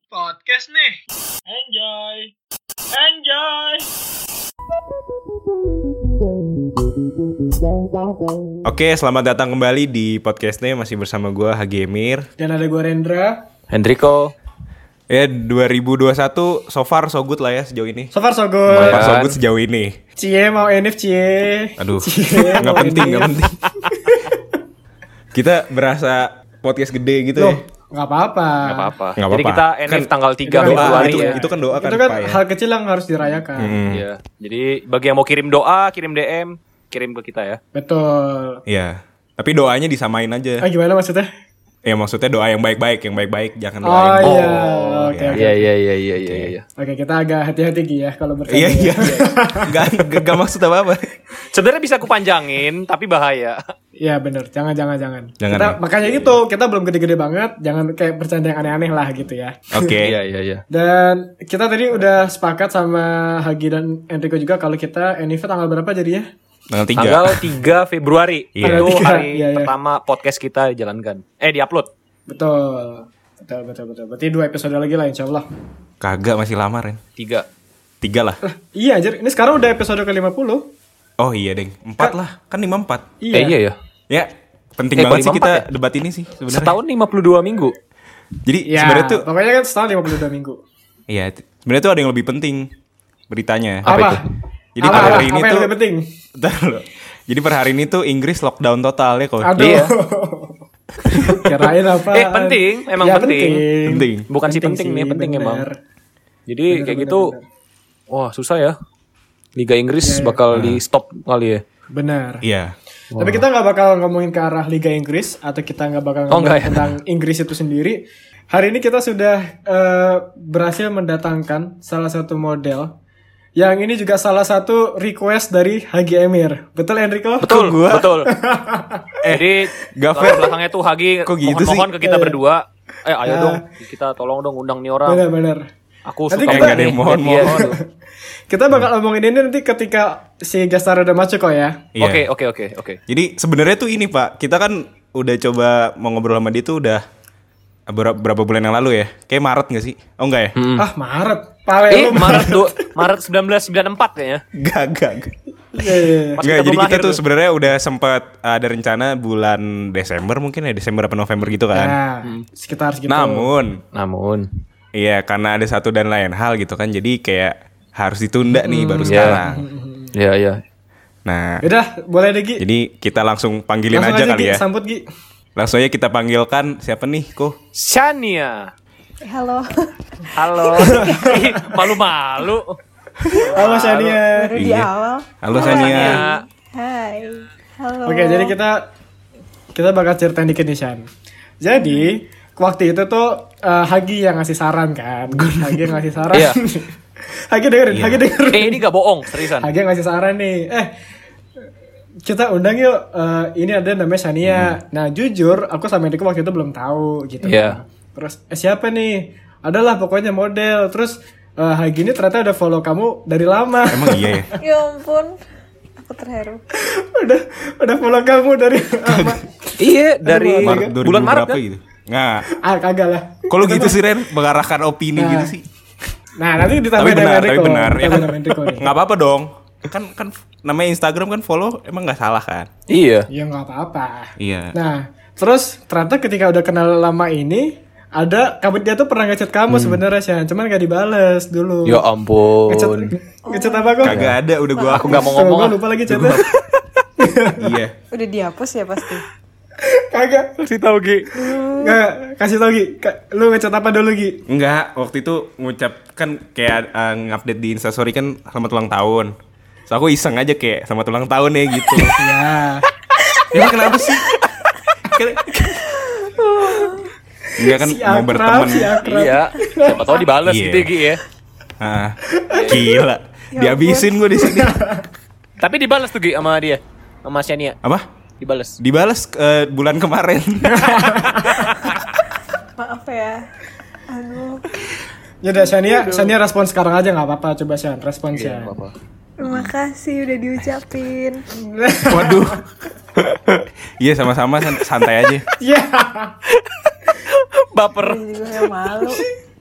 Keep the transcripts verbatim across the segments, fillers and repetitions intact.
podcast nih. Enjoy. Enjoy. Oke, selamat datang kembali di podcastnya. Masih bersama gue Hagi Emir. Dan ada gue Rendra. Hendriko. Ya, dua ribu dua puluh satu so far so good lah ya sejauh ini. So far so So good. far so good sejauh ini. Cie mau N F Cie. Aduh, Cie nggak mau penting, N F. nggak penting. Kita berasa podcast gede gitu Loh, ya. nggak apa-apa. Gak apa-apa. Nggak Jadi apa-apa. kita N F Kan tanggal tiga itu kan Februari itu, ya. itu kan doa kan, Itu kan Pak, ya. hal kecil yang harus dirayakan. Hmm. Iya. Jadi bagi yang mau kirim doa, kirim D M, kirim ke kita ya. Betul. Iya. Tapi doanya disamain aja. Ah gimana maksudnya? Ya maksudnya doa yang baik-baik, yang baik-baik, jangan doa Oh yang iya. Oh, Oke iya. oke. Iya iya iya iya iya iya. Oke, kita agak hati-hati Gi ya kalau bercanda. Iya iya. Gak, gak, gak maksud apa-apa. Sebenarnya bisa aku panjangin, tapi bahaya. Iya benar. Jangan jangan jangan. Jangan, Kita, ya. makanya gitu, kita belum gede-gede banget, jangan kayak bercanda yang aneh-aneh lah gitu ya. Oke. Iya iya iya. Dan kita tadi udah sepakat sama Hagi dan Enrico juga kalau kita N I V tanggal berapa jadinya? Tanggal tiga. Tanggal tiga Februari. Iya. Itu Tanggal tiga, hari iya, iya. pertama podcast kita dijalankan. Eh, diupload. Betul. Betul betul betul. Berarti dua episode lagi lah insyaallah. Kagak, masih lama, Ren. Tiga. Tiga lah. Iya anjir, ini sekarang udah episode ke lima puluh. Oh iya, Deng. Empat lah. Kan lima empat. Iya. Eh iya ya. Ya, penting Eh, banget sih kok lima kita empat ya? debat ini sih sebenarnya. Setahun lima puluh dua minggu. Jadi Ya, sebenarnya tuh pokoknya kan setahun lima puluh dua minggu. iya, t- sebenarnya tuh ada yang lebih penting beritanya. Apa? itu? Jadi apa, per apa, hari ini apa yang tuh lebih penting? Bentar loh. Jadi per hari ini tuh Inggris lockdown total ya kok. Aduh. Iya. Kirain apa? Eh, penting, emang ya, penting. Penting. Bukan sih penting nih, penting bener. emang. Jadi Bener, kayak bener, gitu, bener. wah susah ya. Liga Inggris Iya, iya. bakal di stop kali ya. Benar. Iya. Tapi kita nggak bakal ngomongin ke arah Liga Inggris atau kita nggak bakal Oh, ngomongin nggak ya? tentang Inggris itu sendiri. Hari ini kita sudah eh, berhasil mendatangkan salah satu model yang ini juga salah satu request dari Hagi Emir. Betul Enrico? Betul, gua? betul. eh, Jadi Gak latar fair. belakangnya tuh Hagi Kok gitu mohon-mohon sih? ke kita Eh. berdua. Eh ayo Eh. dong, kita tolong dong undang nih orang. Benar-benar. Aku Nanti suka kita- banget Eh, nggak ada yang nih, mohon, lihat dia mohon. gitu. Kita bakal ngomongin ini nanti ketika si Gastar udah masuk kok ya. Iya. Oke, oke, oke, oke. Jadi sebenarnya tuh ini Pak, kita kan udah coba mau ngobrol sama dia tuh udah berapa, berapa bulan yang lalu ya? Kayak Maret gak sih? Oh enggak ya? Ah Maret. Pale Eh, lu. Maret du- Maret seribu sembilan ratus sembilan puluh empat kayaknya. Gak, gak. Iya, iya, iya. Pas Enggak, kita jadi belum kita lahir tuh tuh. sebenarnya udah sempat ada rencana bulan Desember mungkin ya, Desember atau November gitu kan. Nah, sekitar segitu. Namun, Namun, iya karena ada satu dan lain hal gitu kan, jadi kayak harus ditunda nih baru Iya. sekarang. ya ya. Nah, Yaudah, boleh deh Gi. jadi kita langsung panggilin Langsung aja aja kali Gi, ya. sambut Gi. Langsung aja kita panggilkan siapa nih, Ko? Shania. Halo. Halo. Ih, malu-malu. Halo Shania. Baru di Iya. awal. Halo Sania. Hai. Halo. Oke, jadi kita kita bakal ceritain dikit nih Shan. Jadi waktu itu tuh eh, Hagi yang ngasih saran kan. Hagi yang ngasih saran. Iya. Hagi dengerin, Iya. Hagi dengerin. Eh, ini gak bohong, seriusan. Hagi yang ngasih saran nih. Eh, kita undang yuk. eh, ini ada namanya Shania. Nah, jujur aku sama Enrico waktu itu belum tahu gitu. Iya. Terus eh, siapa nih? Adalah pokoknya model. Terus eh, Hagi ini ternyata udah follow kamu dari lama. Emang iya ya? Ya ampun. Aku terharu. udah udah follow kamu dari lama. Iya, dari Maret dua ribu bulan Maret berapa kan? gitu? Nggak. Ah, kagak lah. Kalau gitu sih Ren, mengarahkan opini Nah. gitu sih. Nah, nanti Tapi ditambahin benar, sama tapi Enrico. benar. Ya Tambahin kan, sama Enrico nih. nggak apa-apa dong. Kan kan namanya Instagram kan follow emang nggak salah kan? Iya. Ya nggak apa-apa. Iya. Nah, terus ternyata ketika udah kenal lama ini, ada kamu dia tuh pernah ngechat kamu Hmm. sebenarnya Shan, cuman gak dibales dulu. Ya Ngechat ampun. ngechat apa kok? Kagak ada, udah gua Aku nggak mau ngomong. Gue ah. lupa lagi chatnya. Iya. Udah dihapus ya pasti. Kagak. Kasih tahu Gi. Nggak, kasih tau Gi. Ka- Lu ngechat apa dulu Gi? Enggak, waktu itu ngucap kan kayak uh, ngupdate di Instastory kan selamat ulang tahun. So aku iseng aja kayak selamat ulang tahun ya gitu. Ya. Ya kenapa sih? Enggak kan Si mau akrab, berteman. si akrab. Iya. Siapa tahu dibales Iya. gitu ya, Gi ya. Ah, gila. Ya Dihabisin gue di sini. Tapi dibales tuh Gi sama dia. Sama Shania. Apa? Dibales. Dibales uh, bulan kemarin. Maaf ya. Aduh. Ya udah Shania, Shania respon sekarang aja nggak apa-apa. Coba Shan, respon Shan. Terima kasih udah diucapin. Waduh. Iya sama-sama san- santai aja. Iya. Baper. Aku juga gak malu.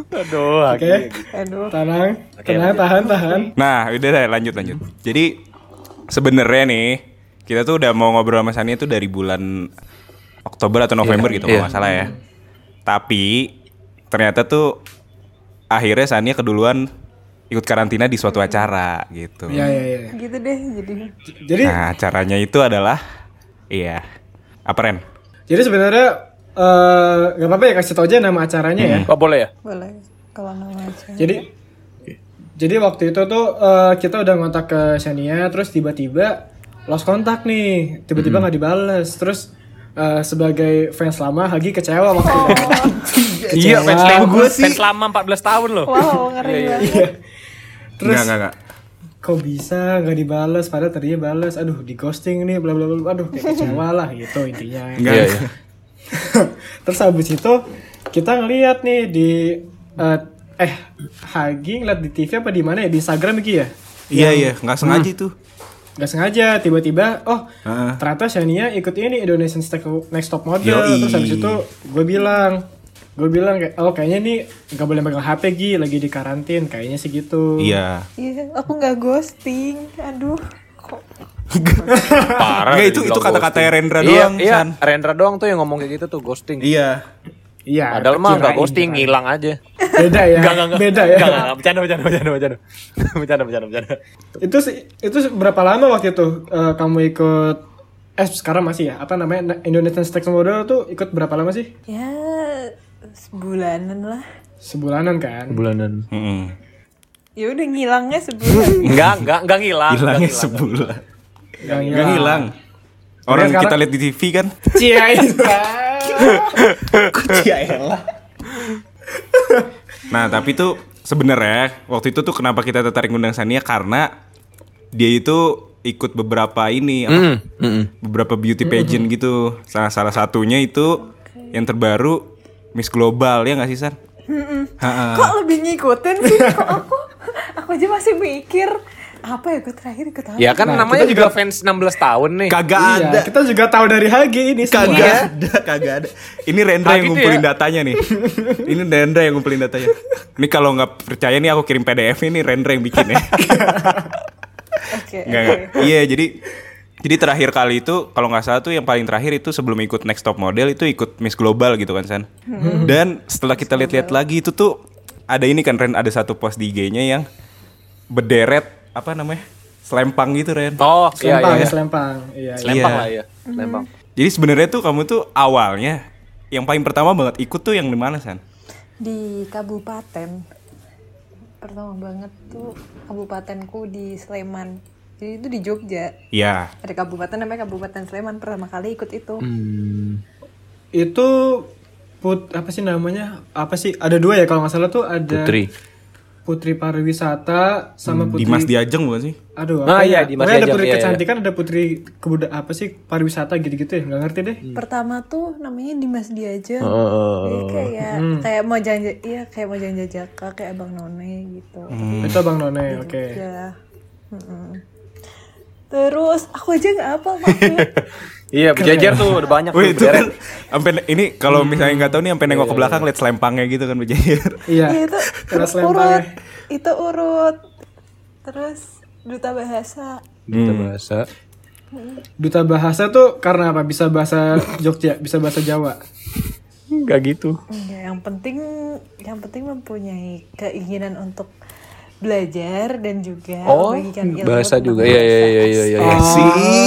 Aduh, Oke. Aduh. Tenang, tenang, tahan, tahan. Nah, udah deh lanjut lanjut. Jadi sebenarnya nih kita tuh udah mau ngobrol sama Sania tuh dari bulan Oktober atau November Iya, gitu iya. kalau nggak salah ya. Tapi ternyata tuh akhirnya Sania keduluan ikut karantina di suatu acara gitu. Iya, iya, iya. Gitu deh jadi. Jadi, Nah, acaranya itu adalah iya. Apa Ren? jadi sebenarnya eh, nggak apa-apa ya kasih tau aja nama acaranya ya. Oh boleh ya? Boleh. Kalau nama aja. Jadi, jadi waktu itu tuh eh, kita udah ngontak ke Shania, terus tiba-tiba lost kontak nih, tiba-tiba nggak dibales. Terus eh, sebagai fans lama, Hagi kecewa waktu itu. Iya, fans Kecewa. lama Gua sih- fans lama empat belas tahun loh. Wow, ngeri banget. Iya. Terus Enggak, enggak, enggak. kok bisa nggak dibales? Padahal tadinya bales. Aduh, di ghosting nih, bla bla bla. Aduh, kayak kecewa lah gitu intinya. Enggak. Iya, iya. Terus habis itu kita ngeliat nih di eh, eh Hagi ngeliat di T V apa di mana ya, di Instagram iki ya? Iya, iya, enggak sengaja itu. Gak sengaja tiba-tiba oh Heeh. ternyata Shania ikut ini Indonesian Next Top Model. Yoi. Terus habis itu gue bilang gue bilang kayak oh kayaknya nih nggak boleh megang H P Gi, lagi di karantin kayaknya sih gitu. Iya. Iya, aku nggak ghosting. Aduh. Kok Parah. Enggak, itu itu dibilang kata-kata ghosting. Rendra Iya, doang, iya. San. Rendra doang tuh yang ngomong kayak gitu tuh ghosting. Iya. Iya. Padahal mah nggak kirain, ghosting, kirain. ngilang aja. Beda ya. Enggak, enggak, enggak. Beda ya. Enggak, enggak, bercanda, bercanda, bercanda, bercanda. Bercanda, bercanda, bercanda. Itu sih itu berapa lama waktu itu eh, kamu ikut eh sekarang masih ya apa namanya Indonesian Next Top Model tuh ikut berapa lama sih? ya sebulanan lah. Sebulanan kan? Bulanan. Heeh. Ya udah ngilangnya sebulan. Enggak, enggak, enggak ngilang. Hilangnya enggak sebulan. Gak Enggak hilang. Orang sekarang- kita lihat di T V kan. Cia Nah, tapi tuh sebenarnya waktu itu tuh kenapa kita tertarik ngundang Sania karena dia itu ikut beberapa ini apa, Mm, mm. beberapa beauty pageant gitu. Salah salah satunya itu yang terbaru Miss Global ya nggak sih San? Ha-ha. Kok lebih ngikutin sih? Kok aku aku aja masih mikir apa ya gue terakhir ikut apa? Ya kan Nah, namanya kita juga fans enam belas tahun nih. Kagak Iya, ada. kita juga tahu dari Hagi ini semua. Kagak ada, kagak ada. Ini Rendra Ah, yang gitu ngumpulin ya? datanya nih. Ini Rendra yang ngumpulin datanya. Ini kalau nggak percaya nih aku kirim P D F ini Rendra yang bikin ya. Oke. Enggak, oke. enggak. Iya, jadi jadi terakhir kali itu kalau nggak salah tuh yang paling terakhir itu sebelum ikut Next Top Model itu ikut Miss Global gitu kan San. Dan setelah kita lihat-lihat lagi itu tuh ada ini kan Ren, ada satu post di I G-nya yang berderet apa namanya? Selempang gitu Ren. Oh, iya, Selempang, iya. iya. selempang. Iya, iya. Lempang Iya. lah ya. Lempang. Jadi sebenarnya tuh kamu tuh awalnya yang paling pertama banget ikut tuh yang di mana San? Di kabupaten. Pertama banget tuh kabupatenku di Sleman. Jadi itu di Jogja. Iya. Ada kabupaten namanya Kabupaten Sleman, pertama kali ikut itu. Itu put apa sih namanya? Apa sih? Ada dua ya kalau nggak salah tuh ada Putri. Putri Pariwisata sama Putri Dimas Diajeng bukan sih? Aduh, Ah, apa iya, ya? Dimas Pokoknya ada Diajeng, Putri iya, iya. Kecantikan, ada Putri Kebuda apa sih pariwisata gitu-gitu ya? Nggak ngerti deh. Pertama tuh namanya Dimas Diajeng. Oh. Jadi kayak kayak mau janji iya kayak mau janji jaka kayak Abang None gitu. Itu Bang None, oke. Ya. Mm-mm. Terus aku aja nggak apa maksudnya. Iya, berjejer tuh udah banyak Wih, tuh itu kan berderet. sampai ini kalau misalnya nggak tahu nih sampai nengok ke belakang lihat selempangnya gitu kan berjejer. Iya. Iya itu Karena urut, selempangnya. itu urut. Terus duta bahasa. Duta bahasa. Duta bahasa tuh karena apa? Bisa bahasa Jogja, bisa bahasa Jawa. Enggak gitu. Ya, yang penting yang penting mempunyai keinginan untuk belajar dan juga Oh, membagikan ilmu bahasa tentang juga. Iya, iya, bahasa. iya, iya, iya. Eh sih.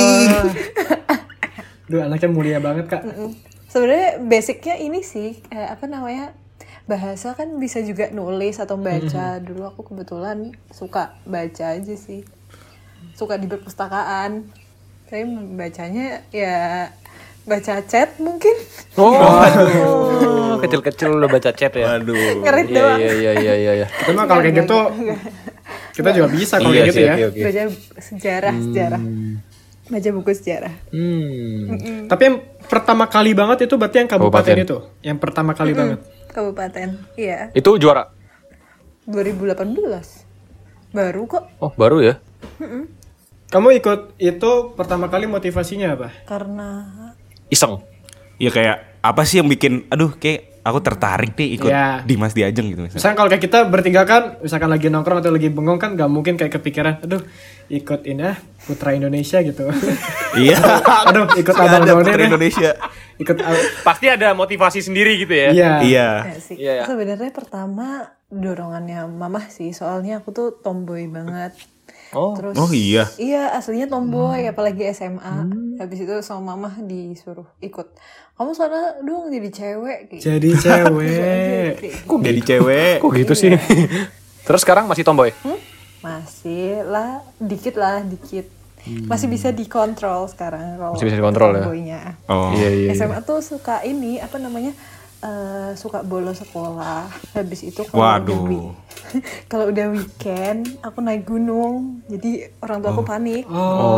Duh, anaknya mulia banget, Kak. Mm. Sebenarnya basicnya ini sih eh, apa namanya bahasa kan bisa juga nulis atau baca. Dulu aku kebetulan suka baca aja sih, suka di perpustakaan. Saya bacanya ya baca chat mungkin. Oh, kecil-kecil udah baca chat ya. Waduh. Ngerit Iya, doang. iya, iya, iya, iya, iya. Kita mah kalau kayak gitu kita juga bisa kalau Iya kayak gitu sih, ya. oke, oke. Baca sejarah sejarah, baca buku sejarah. Hmm. Tapi yang pertama kali banget itu berarti yang kabupaten, Kabupaten. itu. Yang pertama kali banget. Kabupaten, iya. Itu juara. dua ribu delapan belas baru kok, Oh, baru ya? Kamu ikut itu pertama kali motivasinya apa? karena Iseng. Ya kayak apa sih yang bikin aduh kayak aku tertarik nih ikut Iya. Dimas Diajeng gitu misalnya. Misalkan kalau kayak kita bertiga kan, misalkan lagi nongkrong atau lagi bengong kan gak mungkin kayak kepikiran, aduh ikut ini ah Putra Indonesia gitu. Iya. Aduh ikut Nggak ada abang-abang Putri ini. Indonesia. Ikut al- Pasti ada motivasi sendiri gitu ya. Iya. Iya. Ya sih. Iya, iya. Sebenarnya pertama dorongannya mamah sih, soalnya aku tuh tomboy banget. Oh. Terus Oh iya. Iya, aslinya tomboy, apalagi S M A. Habis itu sama mamah disuruh ikut. Kamu sana dong jadi cewek kayak. Jadi cewek. Kok jadi cewek? Kok gitu sih? Terus sekarang masih tomboy? Hmm? Masih lah, dikit lah, dikit. Masih bisa dikontrol sekarang kalau Masih bisa dikontrol ya? tomboynya. Oh. Iya iya. S M A tuh suka ini apa namanya? eh, suka bolos sekolah. Habis itu kalau Waduh. udah wi- kalau udah weekend aku naik gunung. Jadi orang tua aku panik.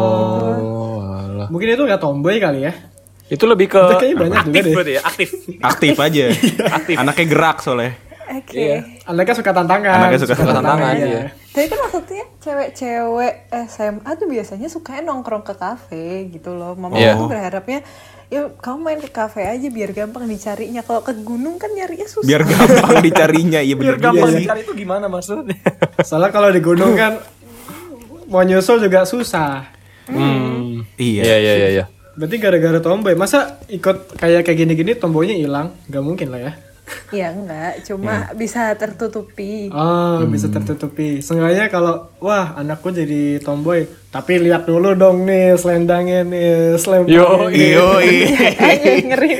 Oh, alah. Mungkin itu gak tomboy kali ya. Itu lebih ke Itu kayaknya banyak juga aktif deh. berarti ya, aktif. Aktif aja. Aktif. Anaknya gerak soalnya. Oke. Iya. Anaknya suka tantangan. Anaknya suka tantangan, iya. iya. Tapi kan maksudnya cewek-cewek S M A tuh biasanya sukanya nongkrong ke kafe gitu loh. Mama Iya. aku berharapnya, ya kamu main ke kafe aja biar gampang dicarinya. Kalau ke gunung kan nyarinya susah. Biar gampang dicarinya. Iya bener Biar juga gampang sih. dicari itu gimana maksudnya? Soalnya kalau di gunung kan mau nyusul juga susah. Hmm. Iya. Iya iya iya iya. Berarti gara-gara tomboy. Masa ikut kayak kayak gini-gini tomboynya hilang? Gak mungkin lah ya. Ya enggak, cuma bisa tertutupi. Oh, bisa tertutupi. Seenggaknya kalau wah anakku jadi tomboy, tapi lihat dulu dong nih selendangnya nih, selempangnya. Yo, nih. Iyo, Ayo ngeri.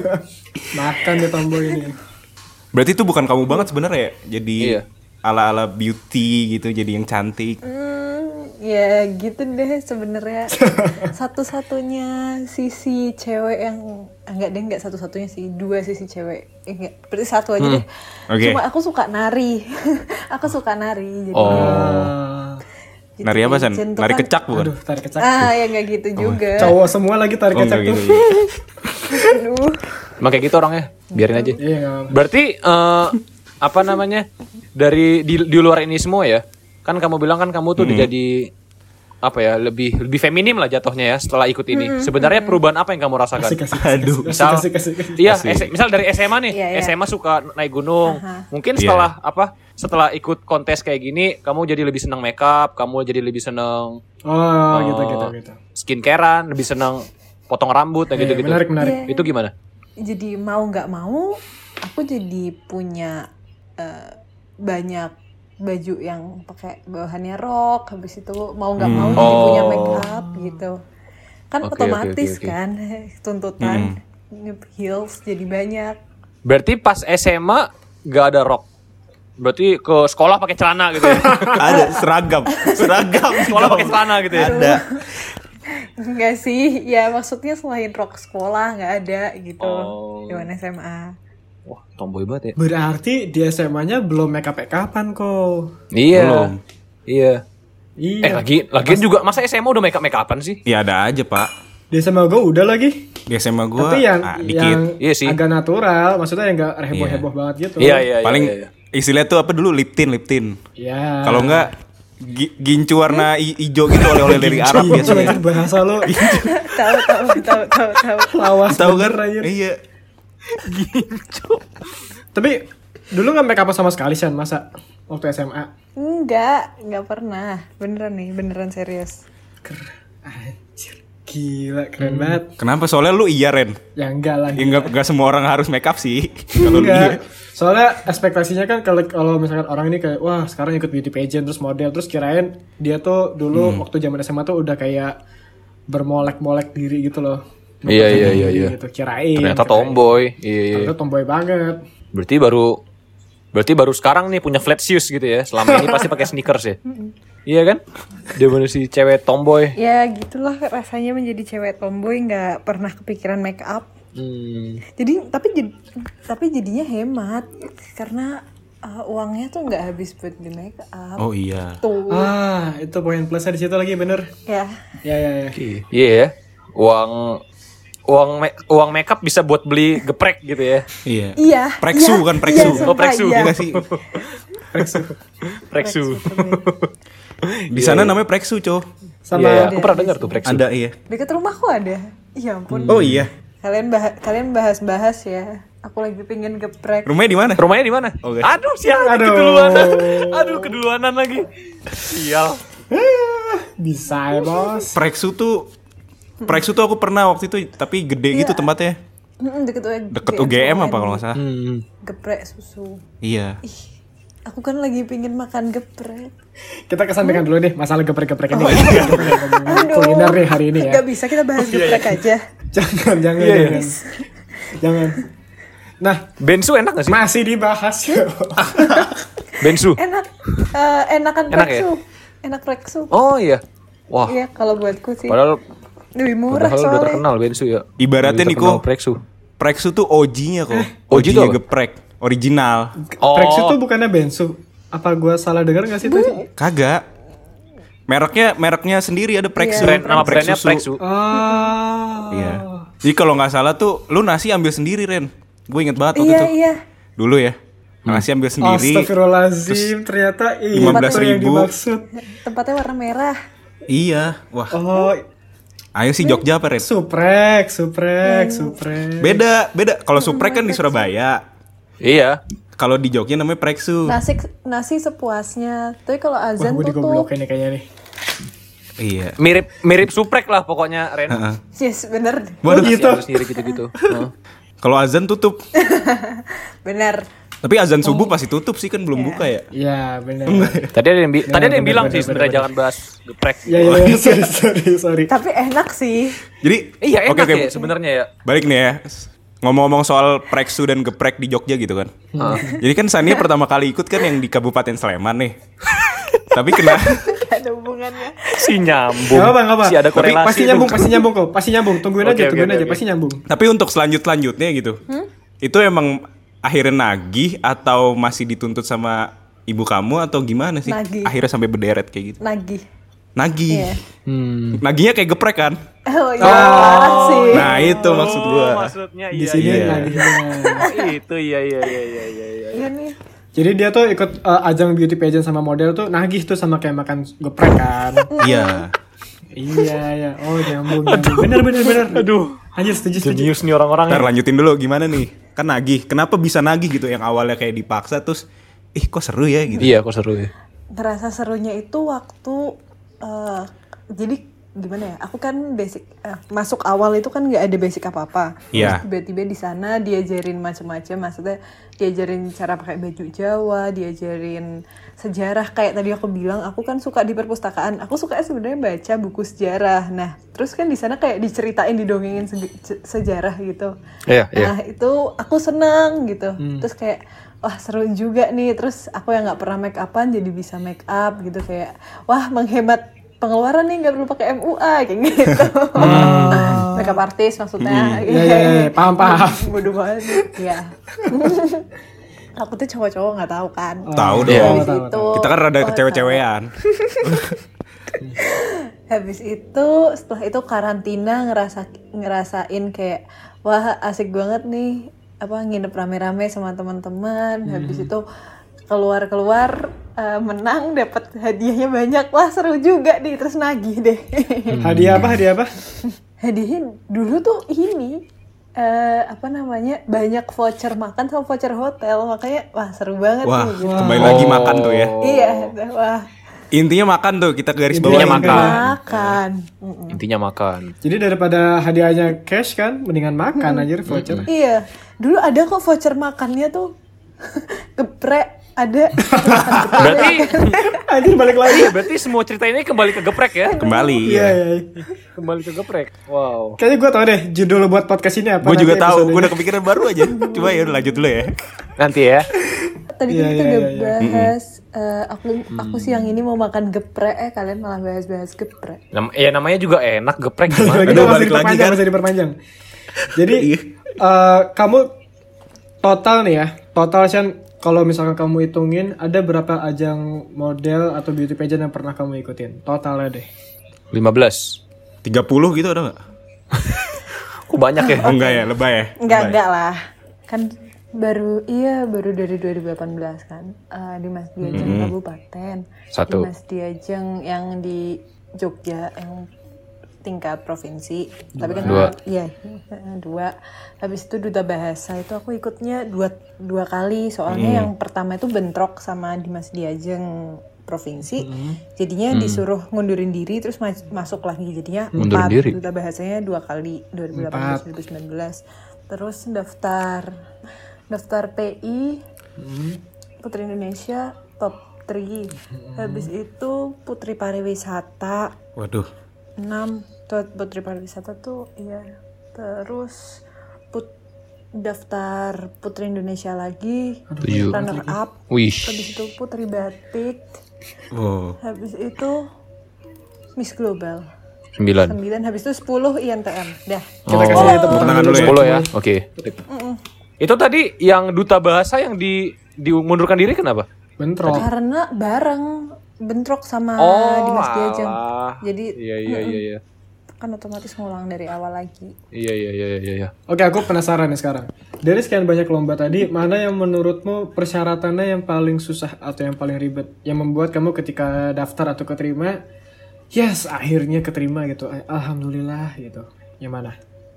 Makan nih tomboy ini. Berarti itu bukan kamu banget sebenarnya ya. Jadi Iya. ala-ala beauty gitu, jadi yang cantik. Hmm, ya gitu deh sebenarnya. Satu-satunya sisi cewek yang ah, enggak deh, enggak satu-satunya sih, dua sisi cewek. Eh, enggak, berarti satu aja deh. Oke. Cuma aku suka nari. Aku suka nari jadi. Oh. Ah, gitu Nari apa deh. San? Cintu Nari kan- kecak bukan? aduh, tarik kecak. Ah, ya enggak gitu juga. Cowok semua lagi tarik Oh, kecak enggak tuh. gitu. Aduh. Emang kayak gitu orangnya, biarin aja. Iya, nggak apa-apa. Berarti eh, apa namanya? Dari di, di luar ini semua ya. Kan kamu bilang kan kamu tuh udah jadi apa ya, lebih lebih feminim lah jatuhnya ya setelah ikut ini. Sebenarnya perubahan apa yang kamu rasakan? Kasih, kasih, Aduh. kasih, Misal, kasih, kasih, kasih. iya, Kasih. S- misal dari S M A nih, Iya, iya. S M A suka naik gunung. Mungkin setelah apa? Setelah ikut kontes kayak gini, kamu jadi lebih senang makeup, kamu jadi lebih senang Oh, gitu, gitu, gitu. skincarean, lebih senang potong rambut, kayak Iya, gitu-gitu. menarik, menarik. Itu gimana? Jadi mau nggak mau, aku jadi punya eh, banyak baju yang pakai bawahannya rok. Habis itu mau nggak mau jadi Oh. punya make up gitu. Kan Oke, oke, otomatis oke, oke. kan tuntutan heels jadi banyak. Berarti pas S M A gak ada rok. Berarti ke sekolah pakai celana gitu ya. Ada seragam, seragam Sekolah pakai celana gitu ya. Ada. Enggak sih, ya maksudnya selain rok sekolah nggak ada gitu. Oh. Zaman S M A. Wah, tomboy banget ya. Berarti di S M A-nya belum make up kapan kok? Iya. Belum. Iya. Iya. Eh lagi lagian juga masa S M A udah make up make upan sih? Ya ada aja pak. Di S M A gue udah lagi. Di S M A gua Tapi yang ah, dikit. yang Iya sih. agak natural, maksudnya yang gak heboh-heboh banget gitu. Iya iya iya. Paling iya, iya. istilah tuh apa dulu lip tint, lip tint. Iya. Kalau enggak gi- gincu warna i- hijau gitu oleh-oleh dari Arab Gincu, biasanya. anjir, bahasa lo Tahu tahu tahu tahu tahu. lawas Tahu kan? bener, anjir. Iya. Tapi dulu gak make up sama sekali Shan, masa waktu S M A? Enggak, enggak pernah. Beneran nih, beneran serius. Anjir, gila keren banget. Kenapa? Soalnya lu iya Ren. Ya enggak lah. Ya enggak, enggak semua orang harus make up sih. Kalau lu iya. Enggak. Soalnya ekspektasinya kan kalau kalau misalkan orang ini kayak wah sekarang ikut beauty pageant terus model terus kirain dia tuh dulu Hmm. waktu zaman S M A tuh udah kayak bermolek-molek diri gitu loh. Iya, iya, iya, Diri iya. Gitu. Kirain. Ternyata kirain. tomboy. Iya iya. Ternyata tomboy banget. Berarti baru berarti baru sekarang nih punya flat shoes gitu ya. Selama ini pasti pakai sneakers ya. Iya kan? Dia bener si cewek tomboy. Ya gitulah rasanya menjadi cewek tomboy, nggak pernah kepikiran make up. Hmm. Jadi tapi jad- tapi jadinya hemat karena uh, uangnya tuh nggak habis buat di make up. Oh iya. Tuh Ah, itu poin plusnya di situ lagi bener. ya. Ya ya ya. Iya ya. Uang uang me- uang makeup bisa buat beli geprek gitu ya. Iya. Iya. Preksu iya, kan preksu. iya, Oh, preksu. sumpah, iya. Iya nggak sih? Preksu. Di sana namanya preksu, cow. Sama Iya, aku pernah dengar tuh preksu. Ada iya. Dekat rumahku ada. Iya ampun. Oh iya. Kalian bah kalian bahas-bahas ya. Aku lagi pengen geprek. Rumahnya di mana? Rumahnya di mana? Oke. Aduh, sial. Aduh. Keduluanan. Aduh, keduluanan lagi. Sial. Bisa ya bos. Preksu tuh Preksu tuh aku pernah waktu itu tapi gede gitu Iya. tempatnya. Mm, deket U G M. Deket U G M apa kalau nggak salah? Hmm. Geprek susu. Iya. Ih, aku kan lagi pengen makan geprek. Kita kesampingkan dulu deh masalah geprek-geprek ini. Aduh. Kuliner nih hari ini ya. Gak bisa kita bahas geprek aja. Jangan, jangan, Iya, iya. jangan. Jangan. Nah, Bensu enak gak sih? masih dibahas. Bensu. Enak, eh, enakan Enak ya? preksu. Enak preksu. Oh iya. Wah. Iya, kalau buatku sih. Padahal Lebih murah padahal udah soalnya. terkenal Bensu ya. Ibaratnya Lebih Niko, terkenal Preksu. Preksu tuh O G-nya kok. O G O G-nya tuh apa? geprek, original. Oh. Preksu tuh bukannya bensu. Apa gua salah dengar nggak sih tadi? Kagak. Mereknya mereknya sendiri ada Preksu. Brand, nama brandnya Susu. Preksu. Oh. Iya. Jadi kalau nggak salah tuh lu nasi ambil sendiri Ren. Gue inget banget waktu Iya, itu. iya. Dulu ya. Nasi ambil sendiri. Astagfirullahaladzim, ternyata ini lima belas yang ribu. dimaksud. Tempatnya warna merah. Iya. Wah. Oh, Ayo sih Jogja apa Ren? suprek, suprek, suprek. Beda, beda. Kalau suprek kan di Surabaya. Iya. Kalau di Jogja namanya Preksu. Nasi nasi sepuasnya. Tapi kalau Wah, azan gue tutup. digoblok ini kayaknya nih. Iya. Mirip mirip suprek lah pokoknya Ren. Heeh. Yes, bener. Waduh. Oh, gitu. Harus sendiri gitu-gitu. Heeh. Kalau azan tutup. Bener. Tapi azan subuh pasti tutup sih kan belum buka ya. Iya, benar. Tadi ada yang bi- tadi ada yang bener, bilang bener, sih bener, sebenarnya bener. jangan bahas geprek. Iya, iya, iya, sorry, sorry, sorry. Tapi enak sih. Jadi Iya enak oke, oke. ya sebenarnya ya. Balik nih ya. Ngomong-ngomong soal Preksu dan geprek di Jogja gitu kan. Jadi kan Sania pertama kali ikut kan yang di Kabupaten Sleman nih. Tapi kena Gak ada hubungannya. Si nyambung. Gak apa, gak apa. Si ada Tapi korelasi. pasti tuh. nyambung, pasti nyambung kok. Pasti nyambung. Tungguin Oke, aja, oke, tungguin oke, aja, oke. pasti nyambung. tapi untuk selanjut-selanjutnya gitu. Itu emang akhirnya nagih atau masih dituntut sama ibu kamu atau gimana sih? Nagih. Akhirnya sampai berderet kayak gitu. Nagih. Nagih. Iya. Hmm. Nagihnya kayak geprek kan? Oh iya, parah sih. Nah, itu maksud gua. Oh, maksudnya Di iya sini iya. nagihnya. Itu iya iya iya iya iya. iya. Iya nih. Jadi dia tuh ikut uh, ajang beauty pageant sama model tuh nagih tuh sama kayak makan geprek kan. Iya. Iya, iya. Oh, nyambung. nyambung. Bener, bener, bener. Aduh. Anjir, setuju, setuju. Jenius nih orang-orang. Ntar lanjutin dulu gimana nih? Kan nagih. Kenapa bisa nagih gitu yang awalnya kayak dipaksa terus ih kok seru ya gitu. Iya, kok seru ya. Ngerasa serunya itu waktu eh, jadi gimana ya? Aku kan basic eh, masuk awal itu kan nggak ada basic apa-apa. Iya. Terus tiba-tiba di sana diajarin macam-macam, maksudnya diajarin cara pakai baju Jawa, diajarin sejarah kayak tadi aku bilang, aku kan suka di perpustakaan. Aku suka sebenarnya baca buku sejarah. Nah, terus kan di sana kayak diceritain, didongengin se- se- sejarah gitu. Iya, iya. Nah, itu aku seneng gitu. Terus kayak wah seru juga nih. Terus aku yang nggak pernah make upan jadi bisa make up gitu, kayak wah menghemat pengeluaran nih, nggak perlu pakai M U A kayak gitu. Makeup artist maksudnya. Iya, iya, iya. Paham, paham. Bodoh banget. Ya. Aku tuh cowok-cowok nggak tahu kan. Tahu Iya. dong. Habis tahu, itu Kita kan rada oh, kecewe-cewean. Habis itu setelah itu karantina ngerasa ngerasain kayak wah asik banget nih apa nginep rame-rame sama teman-teman. Habis itu keluar-keluar eh, menang dapat hadiahnya banyak, wah seru juga nih, terus nagih deh. Hadiah apa? Hadiah apa? Hadiahnya dulu tuh ini eh, apa namanya banyak voucher makan sama voucher hotel, makanya wah seru banget Wah, nih. Gitu. kembali lagi makan tuh ya. Iya, wah Intinya makan tuh, kita garis Intinya bawah makan. makan. Mm-mm. Intinya makan. Jadi daripada hadiahnya cash kan, mendingan makan aja voucher. Iya, dulu ada kok voucher makannya tuh geprek ada. Berarti Anjir balik lagi. iya, berarti semua cerita ini kembali ke geprek ya? Kembali Iya, ya. iya. Kembali ke geprek. Wow. Kayaknya gue tau deh judul buat podcast ini apa. Gue juga nanti tahu, gue episodenya. udah kepikiran baru aja. Coba ya udah lanjut dulu ya. Nanti ya. Tadi Iya, kan kita iya, udah iya, iya. bahas eh, aku aku siang ini mau makan geprek, eh kalian malah bahas-bahas geprek. Nam- ya namanya juga enak geprek gimana? Lagi Aduh, masih balik lagi diperpanjang, kan. masih diperpanjang. Jadi Iya. eh, kamu total nih ya, total Shan, kalau misalkan kamu hitungin ada berapa ajang model atau beauty pageant yang pernah kamu ikutin? Totalnya deh. lima belas. tiga puluh gitu ada nggak? Kok banyak ya? Oh enggak ya, lebay ya? Enggak, Lebay. enggak lah. Kan baru iya baru dari dua ribu delapan belas kan. Eh, di Mas Diajeng Kabupaten. Satu. Di Mas Diajeng yang di Jogja yang tingkat provinsi. Tapi kan Dua. iya dua. Habis itu duta bahasa itu aku ikutnya dua dua kali. Soalnya yang pertama itu bentrok sama Dimas Diajeng provinsi. Jadinya disuruh ngundurin diri terus ma- masuk lagi. Jadinya Ngundurin empat diri? duta bahasanya dua kali dua ribu delapan belas dua ribu sembilan belas. Terus daftar daftar P I Putri Indonesia top tiga. Habis itu Putri Pariwisata Waduh. enam. Tuh, Putri Pariwisata tuh iya. Terus put daftar Putri Indonesia lagi, Tujuh. runner up. Wih. Habis itu Putri Batik. Oh. Habis itu Miss Global. Sembilan. sembilan. Habis itu sepuluh I N T M. Dah. Kita kasih tepuk tangan dulu ya. sepuluh ya. Oke. Itu tadi yang duta bahasa yang di dimundurkan diri kenapa? Bentrok. Karena bareng bentrok sama Oh, Dimas Diajeng. alah. Jadi Iya iya iya iya. kan otomatis ngulang dari awal lagi. Iya iya iya iya iya. Oke, aku penasaran nih sekarang. Dari sekian banyak lomba tadi, mana yang menurutmu persyaratannya yang paling susah atau yang paling ribet? Yang membuat kamu ketika daftar atau keterima, yes, akhirnya keterima gitu. Alhamdulillah gitu. Yang mana?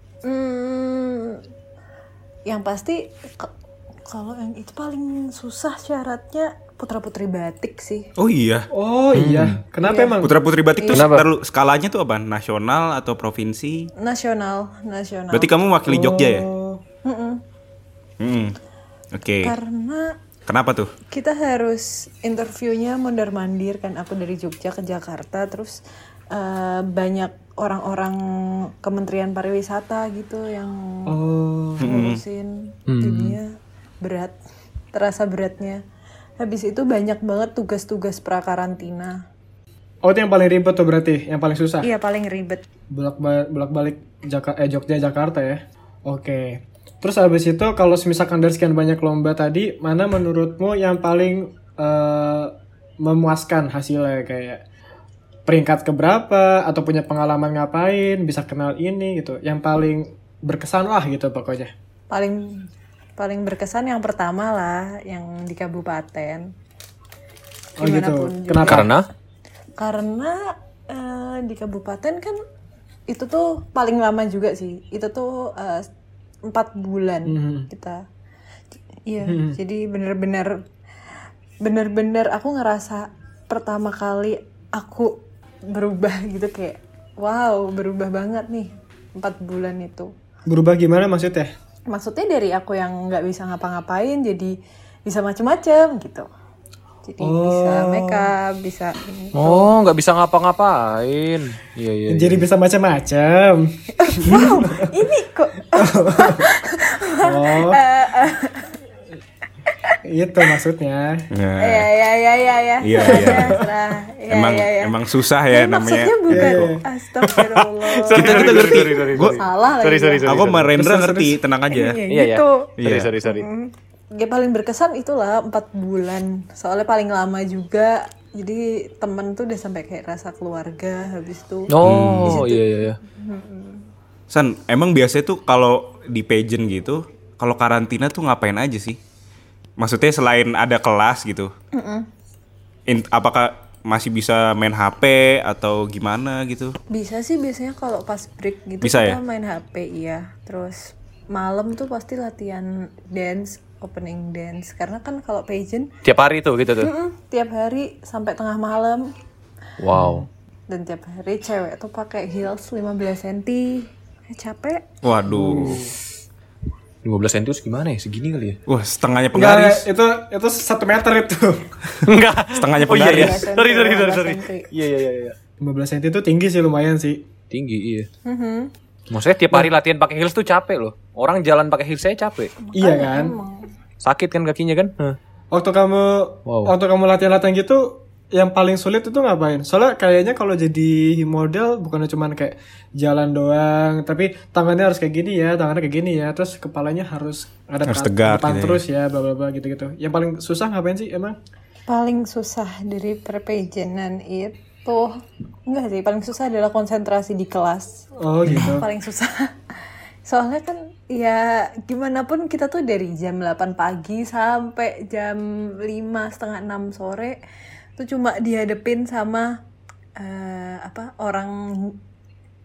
Hmm, yang pasti k- kalau yang itu paling susah syaratnya putra-putri batik sih. Oh iya. Oh iya. Kenapa emang? Putra Putri Batik tuh Kenapa? terlalu skalanya tuh apa? Nasional atau provinsi? Nasional, nasional. Berarti kamu mewakili Jogja ya? Oh, Mm-mm. Hmm. Oke. Karena Kenapa tuh? kita harus interviewnya mondar-mandir kan, aku dari Jogja ke Jakarta, terus eh, banyak orang-orang Kementerian Pariwisata gitu yang oh. ngurusin, jadinya berat, terasa beratnya. Habis itu banyak banget tugas-tugas prakarantina. Oh, itu yang paling ribet tuh berarti, yang paling susah. Iya, paling ribet. Bolak bolak balik Jaka eh Jogja Jakarta ya. Oke. Terus habis itu kalau misalkan dari sekian banyak lomba tadi, mana menurutmu yang paling eh, memuaskan hasilnya, kayak peringkat keberapa atau punya pengalaman ngapain, bisa kenal ini gitu. Yang paling berkesan lah gitu pokoknya. Paling paling berkesan yang pertama lah, yang di kabupaten. Oh gitu. Dimanapun juga. Kenapa? Karena Karena eh, di kabupaten kan itu tuh paling lama juga sih. Itu tuh eh, empat bulan Mhm. kita. Iya, jadi bener-bener bener-bener aku ngerasa pertama kali aku berubah gitu, kayak wow, berubah banget nih empat bulan itu. Berubah gimana maksudnya? Maksudnya dari aku yang nggak bisa ngapa-ngapain jadi bisa macem-macem gitu. Jadi bisa make up, bisa ini. oh nggak bisa ngapa-ngapain. Iya iya. iya. Jadi bisa macam-macam. Wow, ini kok Oh. Itu maksudnya. Nah, ya ya ya ya ya. Iya, Serah, iya. serah. Ya, emang ya, ya. emang susah ya Ini namanya. maksudnya bukan. Iya, iya. Astagfirullah. Kita kita ngerti. Gua Salah lagi. Sorry, sorry, sorry. aku sama Rendra Terus, ngerti, tenang aja. Iya, Iya ya. gitu. Sorry sorry sorry. Ya, paling berkesan itulah empat bulan. Soalnya paling lama juga. Jadi temen tuh udah sampai kayak rasa keluarga habis itu. Oh iya iya iya. San, emang biasanya tuh kalau di pageant gitu, kalau karantina tuh ngapain aja sih? Maksudnya selain ada kelas gitu, in- apakah masih bisa main H P atau gimana gitu? Bisa sih biasanya kalau pas break gitu Bisa kita ya? main H P, iya. Terus malam tuh pasti latihan dance, opening dance. Karena kan kalau pageant Tiap hari tuh gitu tuh. mm-mm, tiap hari sampai tengah malam. Wow. Dan tiap hari cewek tuh pakai heels lima belas sentimeter. Eh, capek. Waduh, lima belas sentimeter gimana ya? Segini kali ya? wah setengahnya Enggak, penggaris, itu itu satu meter itu. Enggak. setengahnya Oh iya iya. penggaris. Sorry sorry sorry sorry. sentimeter. Iya iya iya iya. lima belas sentimeter itu tinggi sih, lumayan sih. Tinggi iya. Mhm. Maksudnya tiap hari latihan pakai heels tuh capek loh. Orang jalan pakai heels saya capek. Iya kan? Sakit kan kakinya kan? Hah. Waktu kamu Wow. waktu kamu latihan-latihan gitu, yang paling sulit itu ngapain? Soalnya kayaknya kalau jadi model bukan cuma kayak jalan doang, tapi tangannya harus kayak gini ya, tangannya kayak gini ya, terus kepalanya harus ada Harus tegak depan gitu ya. terus ya, bla bla bla gitu-gitu. Yang paling susah ngapain sih emang? Paling susah dari perpageantan itu enggak sih, paling susah adalah konsentrasi di kelas. Oh gitu. Paling susah. Soalnya kan ya gimana pun kita tuh dari jam delapan pagi sampai jam lima setengah enam sore tuh cuma dihadepin sama eh, apa orang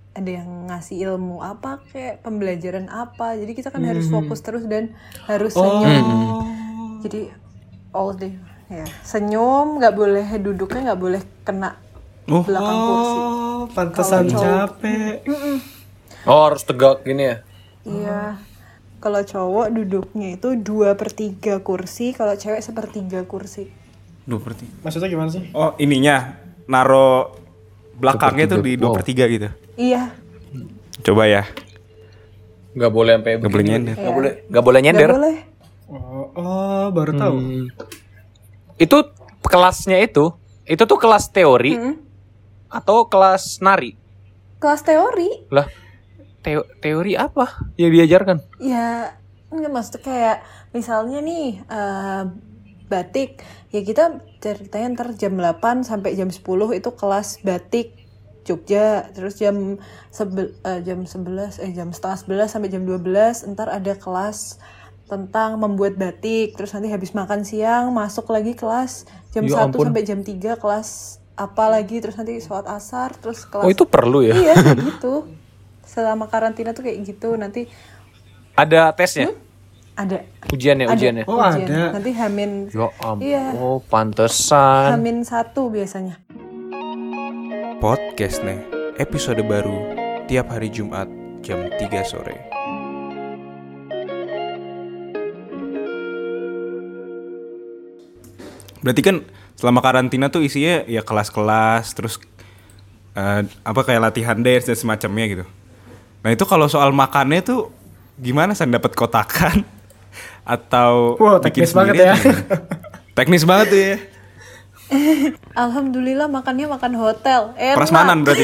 ada yang ngasih ilmu apa kayak pembelajaran apa. Jadi kita kan harus fokus terus dan harus senyum. Jadi all day ya senyum, nggak boleh duduknya nggak boleh kena Oh. belakang kursi. Oh, pantesan Kalau cowok- capek. Oh harus tegak gini ya. Iya. Kalau cowok duduknya itu dua per tiga kursi, kalau cewek sepertiga kursi. Dua per tiga. Maksudnya gimana sih? Oh ininya naro belakangnya tuh di dua Wow. per tiga gitu. Iya. Coba ya. Nggak boleh sampai Nggak boleh nyender. Nggak boleh. Nggak boleh Nggak nyender. boleh. Oh, oh baru tahu. Itu kelasnya itu, itu tuh kelas teori atau kelas nari? Kelas teori. Lah, teo- teori apa yang diajarkan? Ya, nggak maksud kayak misalnya nih eh, batik, ya kita ceritanya ntar jam delapan sampai jam sepuluh itu kelas batik Jogja, terus jam sebel, eh, jam sebelas eh jam setengah sebelas sampai jam dua belas ntar ada kelas tentang membuat batik, terus nanti habis makan siang masuk lagi kelas jam Ya satu ampun. sampai jam tiga kelas apa lagi, terus nanti sholat asar, terus kelas Oh itu perlu ya? iya kayak gitu. Selama karantina tuh kayak gitu, nanti Ada tesnya, ada ujiannya, ada ujiannya. Oh, ujian. ada. Nanti hamin Ya ampun, Iya. oh pantesan. hamin satu biasanya. Podcast nih, episode baru tiap hari Jumat jam tiga sore. Berarti kan selama karantina tuh isinya ya kelas-kelas, terus eh, apa kayak latihan dance dan semacamnya gitu. Nah itu kalau soal makannya tuh gimana San, dapat kotakan atau Wow, bikin teknis banget sendiri ya. atau gimana? Teknis banget tuh ya. Alhamdulillah makannya makan hotel. Enak. Prasmanan berarti.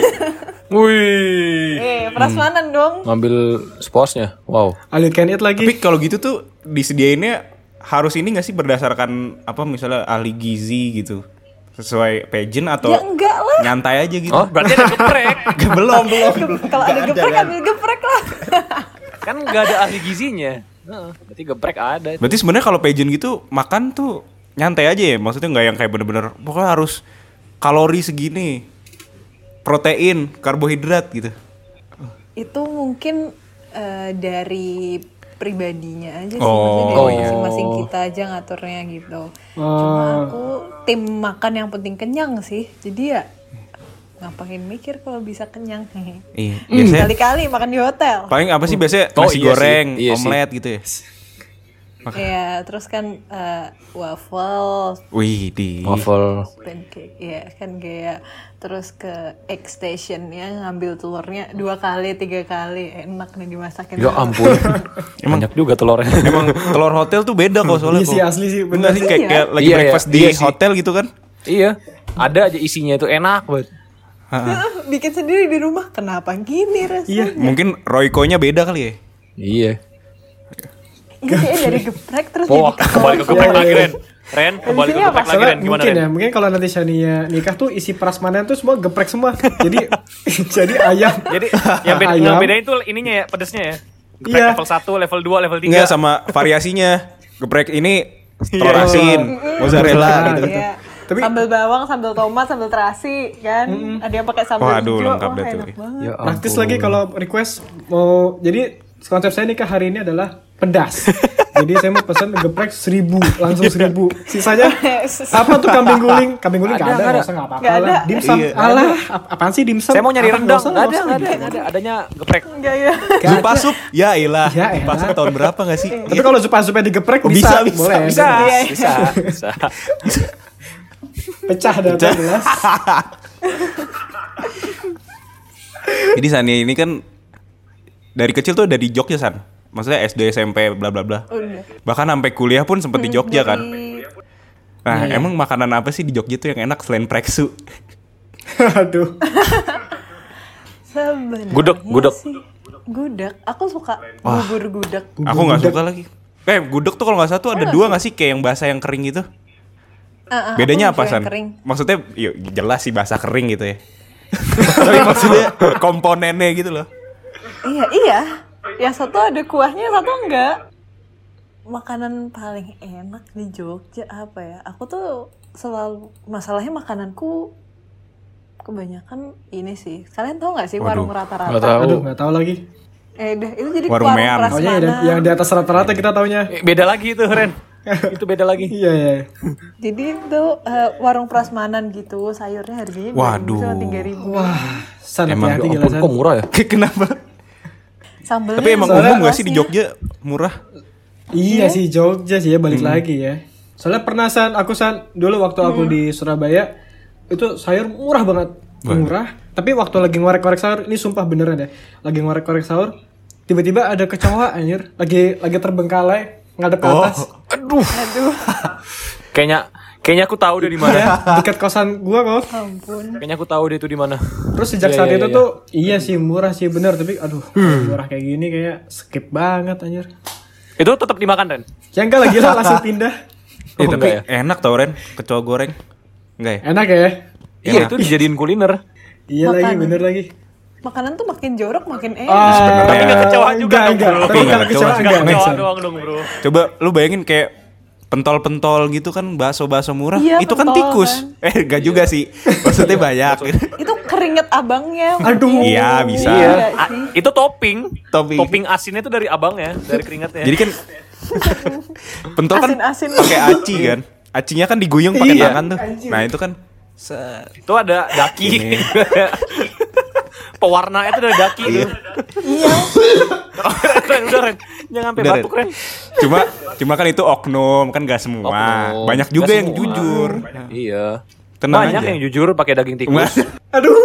Wih, Eh, prasmanan dong. ngambil sposnya, wow. All you can eat lagi. Tapi kalau gitu tuh disediainnya harus ini gak sih berdasarkan apa misalnya ahli gizi gitu, sesuai pageant atau Ya enggak lah. nyantai aja gitu? Oh berarti ada geprek. belum belum belum. Kalau ada geprek ambil geprek lah. Kan nggak ada ahli gizinya. Heeh, berarti geprek ada. Berarti sebenarnya kalau pageant gitu makan tuh nyantai aja ya, maksudnya nggak yang kayak bener-bener pokoknya harus kalori segini, protein, karbohidrat gitu. Itu mungkin eh, dari pribadinya aja sih, Oh, maksudnya dari oh iya. masing-masing kita aja ngaturnya gitu. Cuma aku tim makan yang penting kenyang sih. Jadi ya ngapain mikir kalau bisa kenyang. Iya. Biasanya Kali-kali makan di hotel. paling apa sih biasanya Oh, nasi iya sih. goreng, Iya sih. omelet gitu ya. Iya, terus kan eh, waffle, Wih di. Waffle. pancake, ya kan gaya. Terus ke egg station ya ngambil telurnya dua kali, tiga kali, enak nih dimasakin. Ya ampun. Banyak juga telurnya. Emang telur hotel tuh beda kok soalnya. Iya sih, kok. asli sih, Bener bener sih sih. kayak, Iya. kayak lagi Iya, breakfast iya. di Iya sih. hotel gitu kan. Iya, ada aja isinya itu enak banget. Bikin sendiri di rumah, kenapa gini rasanya? Mungkin Royco-nya beda kali ya. Iya. Ini kayak dari geprek terus Oh, jadi kembali ke geprek lagi Ren. Ren, kembali ke Isinya apa? geprek lagi Soalnya Ren. Gimana mungkin Ren? ya, mungkin kalau nanti Shania nikah tuh isi prasmanan tuh semua geprek semua. Jadi jadi ayam. Jadi yang beda, Ayam. yang bedain tuh ininya ya, pedesnya ya. Geprek Iya. level satu, level dua, level tiga. Enggak sama variasinya. Geprek ini telur Iya. asin, mozzarella Iya. gitu. Iya. Tapi- sambal bawang, sambal tomat, sambal terasi kan. Ada yang pakai sambal Waduh, hijau. lengkap Wah, dah tuh. enak banget. Ya Praktis ampun. lagi kalau request mau, jadi konsep saya nikah hari ini adalah pedas. Jadi saya mau pesan geprek seribu, langsung seribu. Sisanya apa tuh kambing guling? Kambing guling nggak Ada, ada, nggak nggak ada. usah nggak apa-apa Nggak lah. ada. Dimsum, Iya. alah, ap- apaan sih dimsum? Saya mau nyari Apa, rendang, nggak usah, nggak ada, nggak usah, nggak ada, gitu. nggak ada. Adanya geprek. Enggak ya. Zupa sup, ya ilah. Ya Zupa elah. sup tahun berapa gak sih? Tapi kalau supa-supnya digeprek Oh, bisa, bisa, bisa, boleh. Bisa, Iya, iya. bisa, bisa. Pecah dah tuh jelas. Jadi Sania ini kan dari kecil tuh dari Jogja San. Maksudnya S D, S M P, bla bla bla. Udah. Bahkan sampai kuliah pun sempet di Jogja kan. Dari- Nah, emang makanan apa sih di Jogja tuh yang enak selain preksu? Aduh. Sebenarnya Gudeg, gudeg. sih, gudeg. Aku suka bubur gudeg. Aku nggak suka lagi. Eh, gudeg tuh kalau nggak salah tuh ada dua nggak sih kayak yang basah yang kering gitu? Ah, ah, Bedanya aku apa suka yang San? kering. Maksudnya yuk, jelas sih basah kering gitu ya. Tapi maksudnya komponennya gitu loh. Iya, iya. Yang satu ada kuahnya, yang satu enggak. Makanan paling enak di Jogja apa ya? Aku tuh selalu masalahnya makananku kebanyakan ini sih. Kalian tahu nggak sih Waduh. warung rata-rata? Nggak tahu. Aduh, nggak tahu lagi. Eh, deh, itu jadi Warung warung, Meam. prasmanan. Oh iya, yang, yang di atas rata-rata kita taunya. Eh, Beda lagi itu Ren. Itu beda lagi. Iya, iya. Jadi itu eh, warung prasmanan gitu, sayurnya harganya Waduh. tiga ribu. Wah, San Emang hati-hati Ya gila ampun, San. kok murah ya? Kenapa? Sambelnya Tapi emang Soalnya umum gak sih di sausnya. Jogja murah? Iya sih Jogja sih ya balik lagi ya. Soalnya pernah San, aku San dulu waktu aku di Surabaya itu sayur murah banget, murah. Tapi waktu lagi ngorek-ngorek sahur, ini sumpah beneran ya, lagi ngorek-ngorek sahur, tiba-tiba ada kecoa anjir, lagi lagi terbengkalai ngadep ke atas. Aduh. Aduh, Kayaknya kayaknya aku tahu dia di mana. Ya, dekat kosan gua kok. ampun. Kayaknya aku tahu dia itu di mana. Terus sejak Iya, saat iya, itu iya. tuh iya sih murah sih bener, tapi aduh murah kayak gini kayak skip banget anjir. Itu tetap dimakan Ren. Ya enggak lagi lah langsung pindah. Eh, Oh, tapi enggak enak tau Ren, kecoa goreng. Enggak ya? Enak ya? Iya, itu dijadiin kuliner. Iya lagi Makanan. bener lagi. Makanan tuh makin jorok makin enak. Ah, Tapi nggak kecoa juga enggak, dong, enggak. bro. Tapi Nggak kalau kecoa, kecoa nggak enggak. Kecoa San. doang dong, Bro. Coba lu bayangin kayak pentol-pentol gitu kan bakso-bakso murah. Iya, itu kan pentol tikus. kan. Eh, enggak juga sih. Maksudnya banyak. Itu keringet abangnya. Aduh. mungkin. Iya, bisa. Iya Iya. nggak A- sih? itu topping. Topping. Topping asinnya itu dari abangnya, dari keringatnya. Jadi kan pentol kan Asin-asin. pakai aci kan. Acinya kan diguyung pakai Iya. tangan tuh. Nah, itu kan set. itu ada daki. Ini. Pewarna itu dari daki tuh. Iya. Ren, udah Ren. Jangan sampai Udah, batuk Ren. Cuma cuma kan itu oknum, kan gak semua. Oknum. Banyak juga Nggak yang semua. jujur. Iya. Tenang Banyak aja. yang jujur pakai daging tikus. Aduh.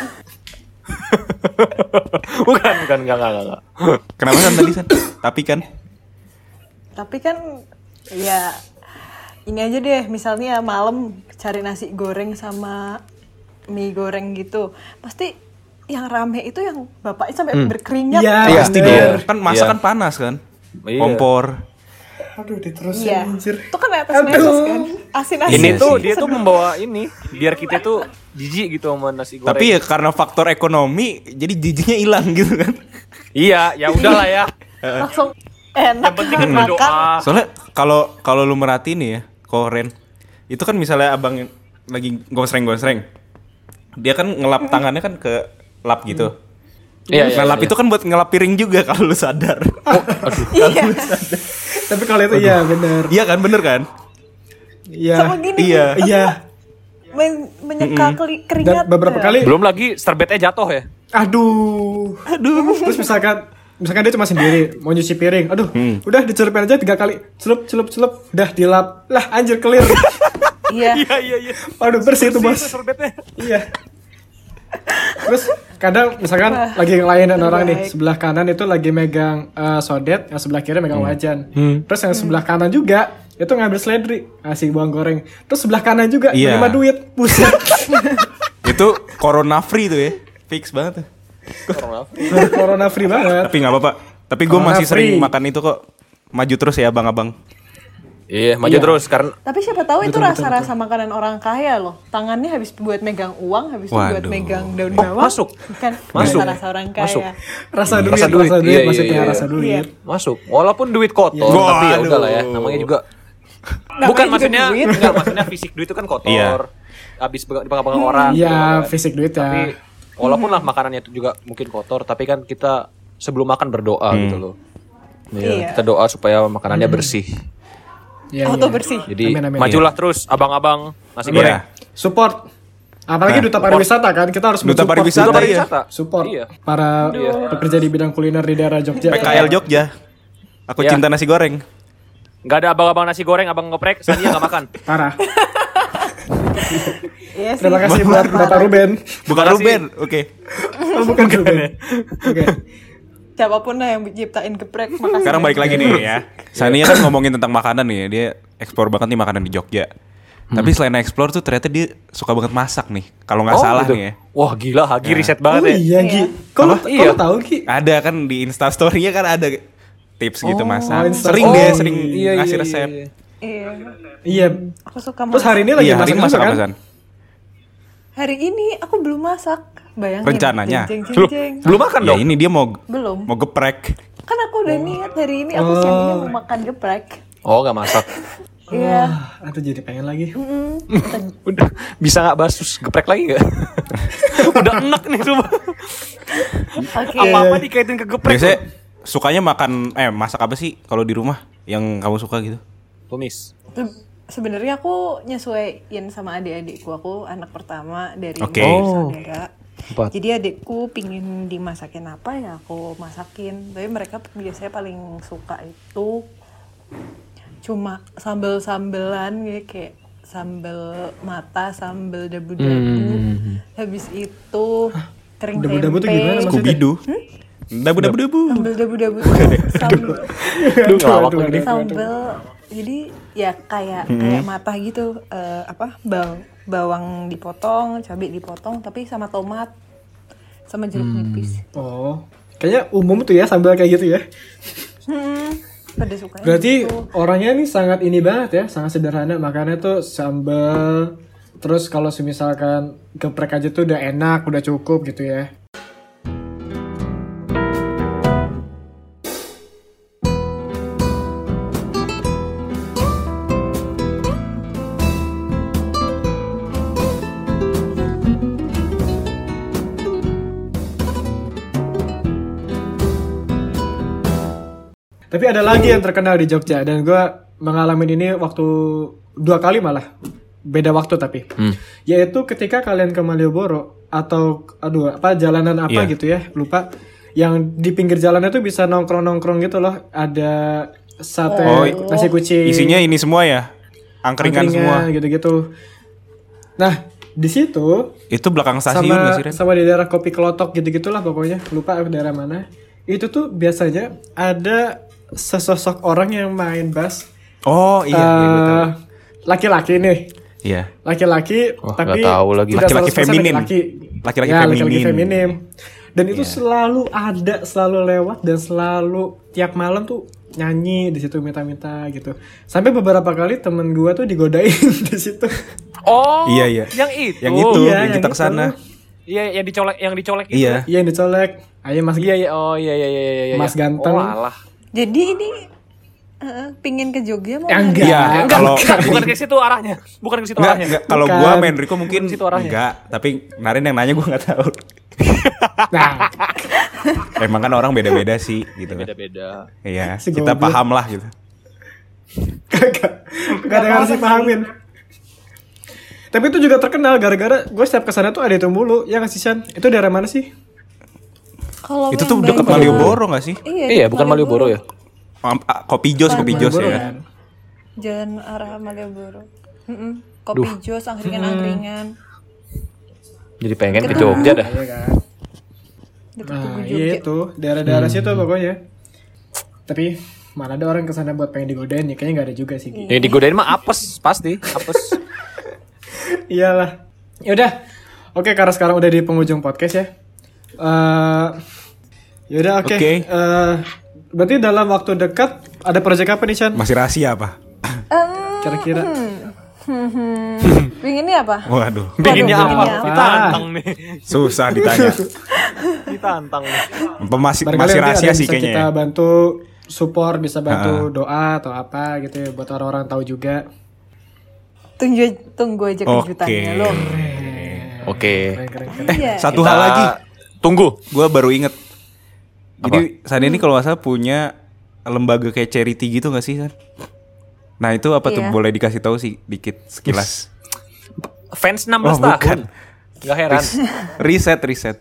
bukan, bukan, enggak, enggak, enggak. Kenapa kan tadi San? Tapi kan Tapi kan ya ini aja deh, misalnya malam cari nasi goreng sama mie goreng gitu. Pasti yang rame itu yang bapaknya sampai berkeringat. Iya, kan? iya. pasti bener. dong. Kan masakan Iya. panas kan. Iya. Kompor. Aduh diterusin Iya. anjir. Itu kan atas mesos kan. Asin-asin. Ini Iya tuh sih. dia tuh membawa ini biar kita tuh jijik gitu sama nasi goreng. Tapi ya karena faktor ekonomi jadi jijiknya hilang gitu kan. iya, ya udahlah ya. langsung enak Yang penting kan makan. berdoa. Soalnya kalau kalau lu merhatiin nih ya, Koren. Itu kan misalnya abang yang lagi gosreng-gosreng. Dia kan ngelap tangannya kan ke lap gitu. Iya, iya, Ngelap iya. itu kan buat ngelap piring juga kalau lu sadar. Iya. Tapi kalau itu iya bener. Iya kan, bener kan? Iya. Sama gini. Iya. Iya. Men- menyeka keli- keringat. Dan beberapa ya. kali Belum lagi serbetnya jatuh ya. aduh. Aduh. Terus misalkan misalkan dia cuma sendiri mau nyuci piring. Aduh, udah dicelupin aja tiga kali. Celup celup celup. Udah dilap. Lah anjir clear. Iya. Iya, iya, iya. Aduh bersih itu, Bos. Serbetnya. Iya. Terus kadang misalkan lagi ngelayanin orang nih, terbaik. sebelah kanan itu lagi megang eh, sodet, yang sebelah kiri megang wajan. Hmm. Terus yang sebelah kanan juga itu ngambil seledri, ngasih bawang goreng. Terus sebelah kanan juga Iya. menerima duit. Buset. Itu corona free tuh ya. Fix banget tuh. Corona free banget. Tapi nggak apa-apa. Tapi gue Corona masih sering free. makan itu kok. Maju terus ya abang-abang. Iya, maju Iya. terus karena Tapi siapa tahu itu rasa-rasa makanan orang kaya loh. Tangannya habis buat megang uang, habis itu buat Waduh. megang daun Oh, bawang. masuk. Kan Masuk. rasa-rasa orang kaya. Masuk. Rasa duit, Rasa rasa duit. duit, Iya, iya, maksudnya iya. rasa duit. Iya. masuk. Walaupun duit kotor, Iya. tapi ya Waduh. udahlah ya. Namanya juga Namanya bukan juga maksudnya duit. enggak maksudnya fisik duit itu kan kotor. Iya. Habis dipegang-pegang orang. Iya, gitu kan. fisik duit ya. Tapi walaupun lah makanannya itu juga mungkin kotor, tapi kan kita sebelum makan berdoa Hmm. gitu loh. Iya, Iya. kita doa supaya makanannya bersih. Iya, Auto iya. bersih. Jadi Amin, amin. majulah terus abang-abang nasi goreng. Iya. Support. Apalagi Nah, duta pariwisata kan, kita harus Duta mensupport pariwisata, juga. Duta iya. pariwisata. Support Iya. para pekerja di bidang kuliner di daerah Jogja. P K L Jogja. Aku Iya. cinta nasi goreng. Nggak ada abang-abang nasi goreng, abang ngeprek, saya nggak makan. Parah. Iya sih. Terima kasih buat Bapak Ruben. Bukan Makasih. Ruben. Oke. Oh, bukan Ruben. Oke. Siapapun lah yang ciptain geprek. Makasih. Sekarang balik lagi nih ya. Sania kan ngomongin tentang makanan nih ya. Dia eksplor banget nih makanan di Jogja. Tapi selain eksplor tuh ternyata dia suka banget masak nih. Kalau nggak salah gitu. nih ya. Wah gila, Hagi riset Oh banget ya. iya, Gi. Kok lu, kok Iya. lu tahu, Gi? Ada kan di Insta Story-nya kan ada tips gitu masak. Insta Sering Story. deh, sering iya, ngasih iya, resep. iya. Iya. Iya. Aku suka Terus masak. hari ini lagi Iya, hari masak ini masak juga apa, kan? San? Hari ini aku belum masak. Bayangin. Rencananya. Jeng, jeng, Belum, jeng, jeng. belum makan Ya dong. ini dia mau Belum. mau geprek. Kan aku udah niat hari ini aku siang ini mau makan geprek. Oh nggak masak. Iya. Wah, aduh jadi pengen lagi. Udah bisa nggak basus geprek lagi nggak? Udah enak nih coba. Oke. Apa-apa dikaitin ke geprek. Biasanya sukanya makan eh masak apa sih kalau di rumah yang kamu suka gitu? Tumis. Sebenarnya aku nyesuaiin sama adik-adikku. Aku anak pertama dari Oke. empat Oh. bersaudara. Empat. Jadi adikku pingin dimasakin apa ya aku masakin. Tapi mereka biasanya paling suka itu cuma sambel-sambelan gitu, kayak sambel mata, sambel dabu-dabu. Hmm. Habis itu kering Dabu-dabu tuh tempe. gimana maksudnya? Scooby Doo. Dabu dabu dabu. Sambel dabu-dabu tuh sambel. Duh ngelawak Aduh, lagi. aduh. Sambel. Jadi ya kayak kayak mata gitu, eh, apa baw bawang dipotong, cabai dipotong, tapi sama tomat, sama jeruk nipis. Oh, kayaknya umum tuh ya sambal kayak gitu ya. Hmm, pada sukanya. Berarti gitu. orangnya nih sangat ini banget ya, sangat sederhana. Makannya tuh sambal. Terus kalau misalkan geprek aja tuh udah enak, udah cukup gitu ya. Tapi ada lagi yang terkenal di Jogja dan gue mengalami ini waktu dua kali malah beda waktu tapi yaitu ketika kalian ke Malioboro atau aduh apa jalanan apa Iya. gitu ya lupa yang di pinggir jalan itu bisa nongkrong nongkrong gitu loh ada sate Oh, nasi kucing Isinya ini semua ya. Angkringan semua. gitu-gitu. Nah di situ Itu belakang stasiun sama nggak sih, Ren? sama di daerah Kopi Kelotok gitu-gitulah pokoknya lupa daerah mana itu tuh biasanya ada sesosok orang yang main bass. Oh iya, iya gua tahu. Eh, laki-laki nih Iya. laki-laki Wah, tapi nggak tahu lagi. tidak Laki-laki seratus persen feminin. laki-laki. Laki-laki Ya, feminin. laki-laki feminim. Dan itu selalu ada, selalu lewat dan selalu tiap malam tuh nyanyi di situ minta-minta gitu. Sampai beberapa kali temen gua tuh digodain di situ. Oh. Iya, iya. Yang itu. Yang itu Iya, yang yang kita itu. kesana. Iya, yang dicolek, yang dicolek itu. Iya. Iya yang dicolek. Ayo Mas. Iya, iya. Oh, iya, iya, iya, iya. iya. Mas ganteng. Oh, alah. Jadi ini eh, pingin ke Jogja mau Ya, nyari- enggak. Iya, kalau Enggak, bukan ke situ arahnya. Bukan ke situ enggak, arahnya. enggak. Kalau Bukan. gua main Rico mungkin Situ arahnya. enggak, tapi Narin yang nanya gua nggak tahu. Nah, Emang kan orang beda-beda sih gitu kan. Beda-beda. Iya, Si kita goblok. paham lah gitu. kagak. Gak ada yang harus dipahamin. Tapi itu juga terkenal gara-gara gue setiap kesana tuh ada itu mulu. Ya nggak sih Shan? Itu daerah mana sih? Kalau Itu yang tuh dekat banyak- Malioboro nggak sih? Iya, Iya, bukan Malioboro ya? Am- ah, Kopi Jos, Kopi Jos Malioboro ya. kan? Jalan arah Malioboro. Mm-mm. Kopi jos, angkringan-angkringan. Jadi pengen ke Kenal. Jogja dah. Iya kan? Deket Nah, Tugu iya Jogja. itu daerah-daerah situ pokoknya. Tapi mana ada orang kesana buat pengen digodain ya? Kayaknya nggak ada juga sih. Gi. Yang digodain mah apes, pasti. Apes. Iyalah. Ya udah. Oke, karena sekarang udah di penghujung podcast ya. Eh, ya udah oke. Oke. Eh, berarti dalam waktu dekat ada proyek apa nih Chan? Masih rahasia apa? Kira-kira. Pinginnya apa? Waduh, Pinginnya Waduh, apa? pinginnya apa? Ditantang nih. susah ditanya. Ditantang nih. Apa masih Barangkali masih nanti ada rahasia yang sih bisa kayaknya. kita ya. bantu support, bisa bantu doa atau apa gitu ya buat orang-orang tahu juga. Tunggu tunggu aja Oke. kejutannya lo. Oke. Keren, keren, keren. Iya. Satu Kita hal lagi, Tunggu. gue baru inget. Jadi San ini kalau nggak salah punya lembaga kayak charity gitu nggak sih San? Nah itu apa tuh Iya. boleh dikasih tahu sih dikit sekilas? Fans enam belas Oh, bukan. tahun. Gak heran. Riset riset.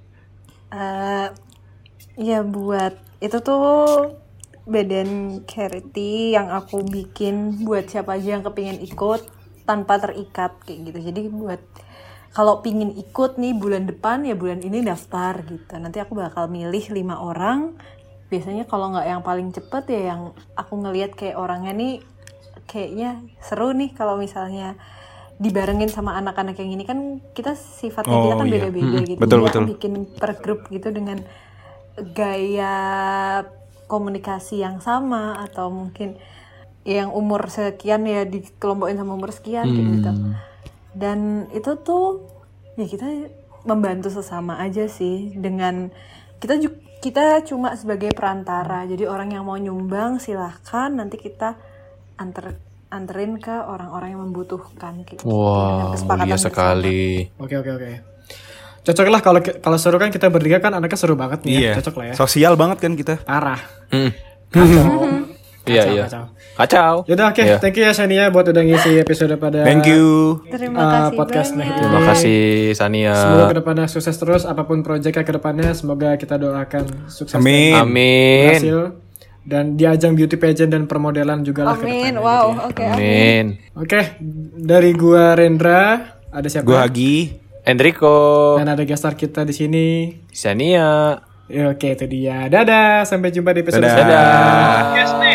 Eh, ya buat itu tuh badan charity yang aku bikin buat siapa aja yang kepingin ikut tanpa terikat kayak gitu. Jadi buat kalau pingin ikut nih bulan depan ya bulan ini daftar gitu. Nanti aku bakal milih lima orang. Biasanya kalau nggak yang paling cepet ya yang aku ngelihat kayak orangnya nih kayaknya seru nih kalau misalnya dibarengin sama anak-anak yang ini kan kita sifatnya Oh, kita kan iya. beda-beda Mm-mm. gitu. Betul, Jadi betul. aku bikin per grup gitu dengan gaya komunikasi yang sama atau mungkin yang umur sekian ya dikelompokin sama umur sekian kayak gitu. Dan itu tuh ya kita membantu sesama aja sih dengan kita ju- kita cuma sebagai perantara. Jadi orang yang mau nyumbang silahkan nanti kita antar anterin ke orang-orang yang membutuhkan gitu. Wah, mulia sekali. Oke oke oke. Cocok lah kalau kalau seru kan kita bertiga kan anaknya seru banget nih Iya. ya. Cocok lah ya. Sosial banget kan kita. Parah. Hmm. Kacau. Iya Kacau, iya. kacau. Kacau. Yaudah oke, Iya. thank you ya Shania buat udah ngisi episode pada Thank you. Terima uh, kasih podcast banyak. nih. Terima kasih Sania. Semoga kedepannya sukses terus apapun proyeknya kedepannya. Semoga kita doakan sukses Amin. dan Amin. berhasil dan di ajang beauty pageant dan permodelan juga lah Amin. kedepannya. Wow, gitu ya. oke. amin. Amin. Oke, dari gua Rendra, ada siapa? Gue Hagi. Enrico. Dan ada guest star kita di sini. Sania. Ya, oke, itu dia. Dadah, sampai jumpa di episode Dadah. selanjutnya. Podcast nih.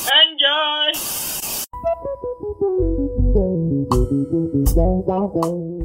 Bye. Enjoy. Enjoy.